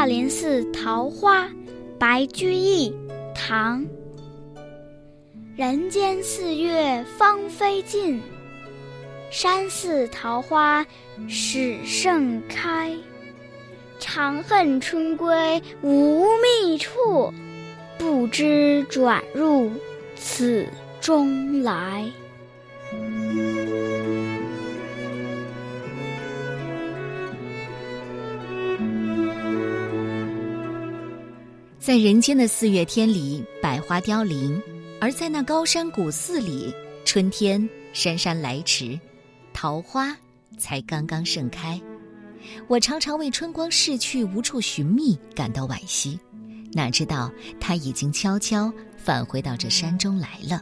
林寺桃花，白居易，唐。人间四月芳菲尽，山寺桃花始盛开。长恨春归无觅处，不知转入此中来。 在人间的四月天里，百花凋零，而在那高山古寺里，春天姗姗来迟，桃花才刚刚盛开。我常常为春光逝去无处寻觅感到惋惜，哪知道它已经悄悄返回到这山中来了。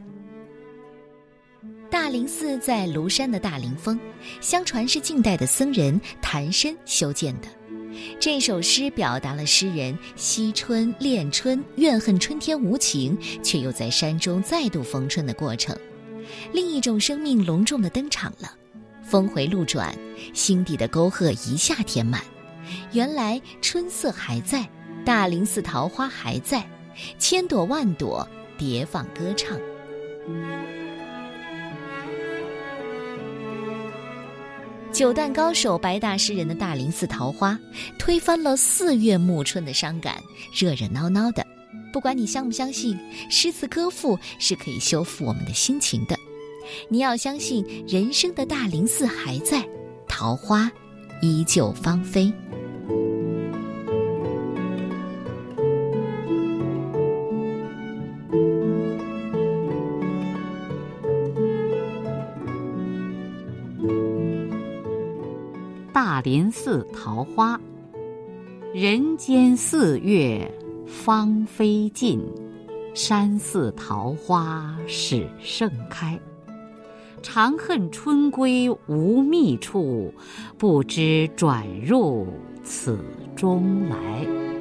大林寺在庐山的大林峰，相传是近代的僧人谭参修建的。这首诗表达了诗人惜春恋春，怨恨春天无情，却又在山中再度逢春的过程。另一种生命隆重地登场了，峰回路转，心底的沟壑一下填满。原来春色还在，大林寺桃花还在，千朵万朵叠放歌唱。九旦高手白大诗人的大林寺桃花，推翻了4月暮春的伤感，热热闹闹的。不管你相不相信，诗词歌赋是可以修复我们的心情的。你要相信，人生的大林寺还在，桃花依旧芳菲。 大林寺桃花，人间四月芳菲尽，山寺桃花始盛开。长恨春归无觅处，不知转入此中来。